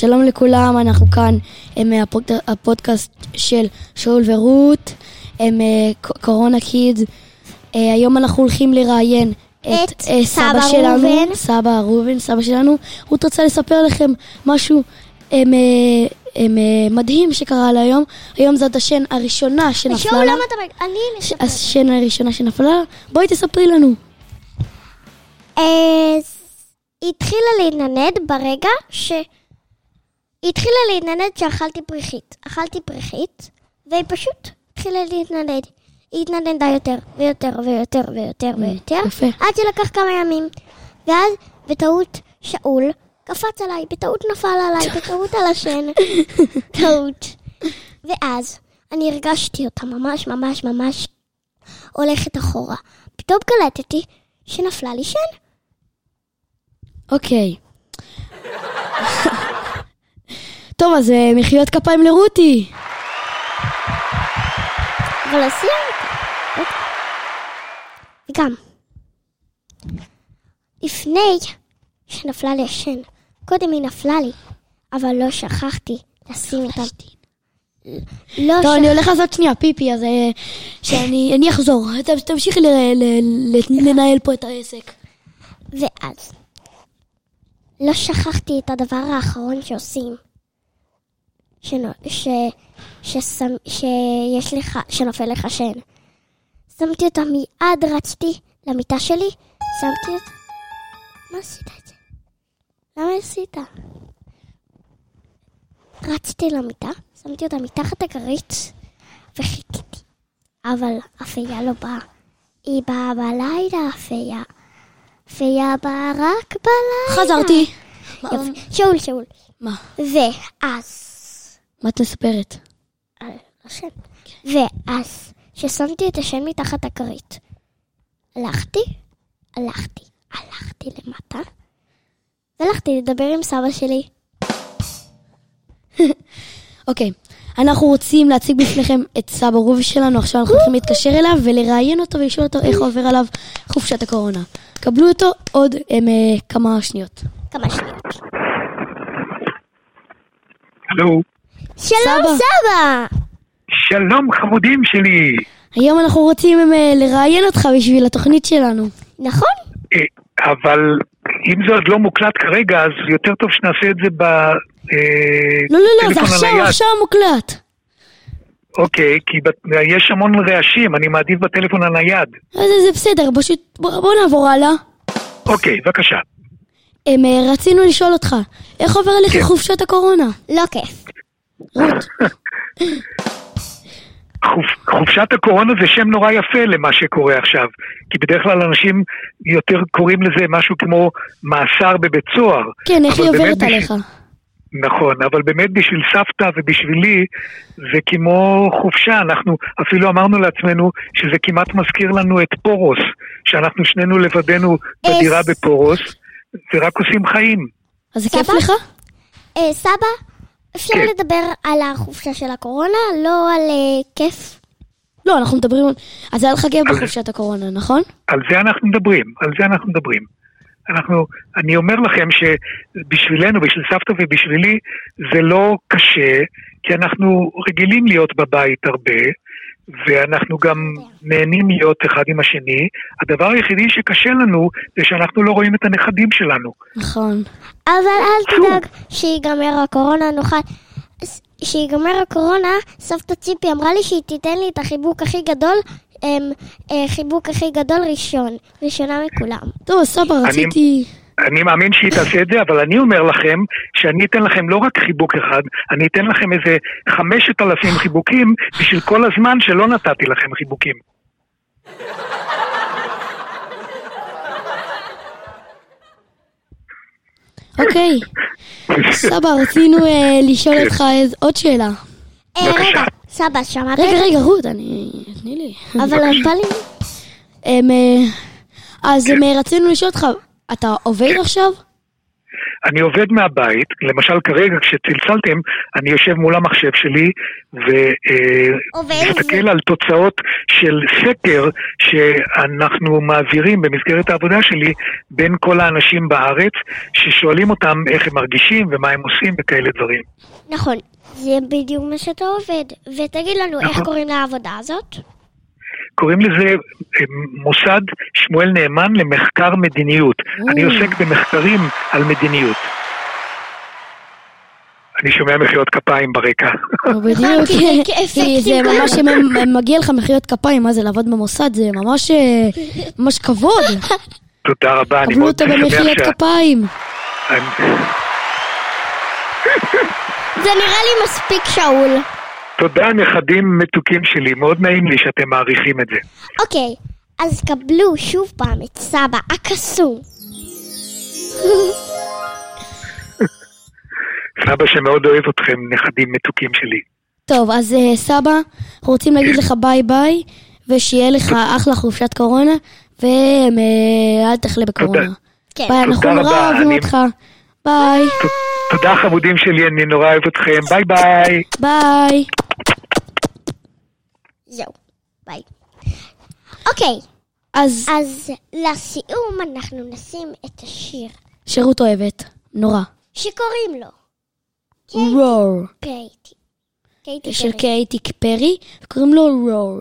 שלום לכולם, אנחנו כאן הפודקאסט של שאול ורות, קורונה קידס. היום אנחנו הולכים לראיין את סבא שלנו, סבא ראובן, סבא שלנו. רות רוצה לספר לכם משהו מדהים שקרה לה היום. היום זאת השן הראשונה שנפלה לה. השן הראשונה שנפלה. בואי תספרי לנו. היא התחילה להתנדנד ברגע התחילה להתנדנד שאכלתי פריחית. אכלתי פריחית, והיא פשוט התחילה להתנדנד. היא התנדנדה יותר ויותר ויותר ויותר ויותר, עד שלקח כמה ימים. ואז בטעות שאול קפץ עליי, בטעות נפל עליי, בטעות על השן. טעות. ואז אני הרגשתי אותה ממש ממש ממש הולכת אחורה. פתאום קלטתי שנפלה לי שן. אוקיי. טוב, אז מחיאות כפיים לרותי. אבל סיימתי. וגם, לפני שנפלה לי השן, קודם היא נפלה לי, אבל לא שכחתי לשים אותה. טוב, אני הולך לעשות שנייה פיפי, אז שאני אחזור. תמשיכי לנהל פה את העסק. ואז, לא שכחתי את הדבר האחרון שעושים. שיש לך, שנופל לך שן. שמתי אותה מיד, רצתי למיטה שלי, שמתי אותה. מה עשית את זה? למה עשית? רצתי למיטה, שמתי אותה מתחת הכרית, וחיכיתי. אבל אפייה לא באה. היא באה בלילה, אפייה באה רק בלילה. חזרתי. שאול. מה? ואז... מה את מספרת? השם. ואז ששמתי את השן מתחת הכרית, הלכתי למטה, והלכתי לדבר עם סבא שלי. אוקיי, אנחנו רוצים להציג בפניכם את סבא ראובן שלנו. עכשיו אנחנו הולכים להתקשר אליו ולראיין אותו ולשאול אותו איך עובר עליו חופשת הקורונה. קבלו אותו עוד כמה שניות. הלו. שלום סבא. שלום חמודים שלי. היום אנחנו רוצים לראיין אותך בשביל התוכנית שלנו. נכון? אבל אם זה עוד לא מוקלט כרגע, אז יותר טוב שנעשה את זה לא, זה עכשיו מוקלט. אוקיי, כי יש המון רעשים, אני מעדיף בטלפון הנייד. זה בסדר, פשוט בוא נעבור הלאה. אוקיי, בבקשה. רצינו לשאול אותך, איך עובר עליך חופשת הקורונה? לא כיף. רות. חופשת הקורונה זה שם נורא יפה למה שקורה עכשיו, כי בדרך כלל אנשים יותר קוראים לזה משהו כמו מאסר בבית סוהר. כן, איך היא עוברת עליך? נכון, אבל באמת בשביל סבתא ובשבילי זה כמו חופשה. אנחנו אפילו אמרנו לעצמנו שזה כמעט מזכיר לנו את פורוס, שאנחנו שנינו לבדנו בדירה בפורוס ורק עושים חיים. אז זה כיף לך? סבא, אפשר לדבר על החופשה של הקורונה, לא על כיף? לא, אנחנו מדברים, אז זה היה לך כיף בחופשת הקורונה, נכון? על זה אנחנו מדברים. אני אומר לכם שבשבילנו, בשביל סבתא ובשבילי, זה לא קשה, כי אנחנו רגילים להיות בבית הרבה, ואנחנו גם נהנים להיות אחד עם השני. הדבר היחידי שקשה לנו זה שאנחנו לא רואים את הנכדים שלנו. נכון. אבל אל תדאג שיגמר הקורונה, שיגמר הקורונה, סבתא ציפי אמרה לי שהיא תיתן לי את החיבוק הכי גדול, חיבוק הכי גדול ראשונה מכולם. טוב, סבא, רציתי... אני מאמין שהיא תעשה את זה, אבל אני אומר לכם שאני אתן לכם לא רק חיבוק אחד, אני אתן לכם איזה 5,000 חיבוקים בשביל כל הזמן שלא נתתי לכם חיבוקים. אוקיי. סבא, רצינו לשאול אותך עוד שאלה. רגע, סבא, שמעת? רגע, רות, תני לי. אבל בא לי... אז רצינו לשאול אותך, אתה עובד עכשיו? אני עובד מהבית, למשל כרגע כשצלצלתם, אני יושב מול המחשב שלי ומסתכל על תוצאות של סקר שאנחנו מעבירים במסגרת העבודה שלי בין כל האנשים בארץ, ששואלים אותם איך הם מרגישים ומה הם עושים וכאלה דברים. נכון, זה בדיוק מה שאתה עובד. ותגיד לנו איך קוראים לעבודה הזאת? קוראים לזה מוסד שמואל נאמן למחקר מדיניות. אני עוסק במחקרים על מדיניות. אני שומע מחיאות כפיים ברקע. בדיוק, זה ממש מגיע לך מחיאות כפיים, מה זה לעבוד במוסד, זה ממש כבוד. תודה רבה, אני מאוד שמח במחיאות כפיים. זה נראה לי מספיק, שאול. תודה, נכדים מתוקים שלי, מאוד נעים לי שאתם מעריכים את זה. אוקיי, אז קבלו שוב פעם את סבא הקסום. סבא שמאוד אוהב אתכם, נכדים מתוקים שלי. טוב, אז סבא, רוצים להגיד לך ביי ביי, ושיהיה לך אחלה חופשת קורונה, ואל תחלה בקורונה. ביי, אנחנו נורא אוהבים אותך. ביי. תודה חמודים שלי, אני נורא אוהב אתכם. ביי ביי. ביי. זהו, ביי. אוקיי, אז לסיום אנחנו נשים את השיר. שירות אוהבת, נורא. שקוראים לו רור. קייטי של קייטי פרי, וקוראים לו רור.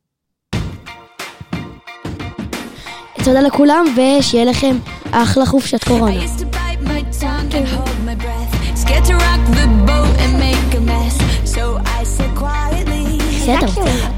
תודה לכולם, ושיהיה לכם אחלה חופשת קורונה. Scared to rock the boat and make a mess, so I said quietly,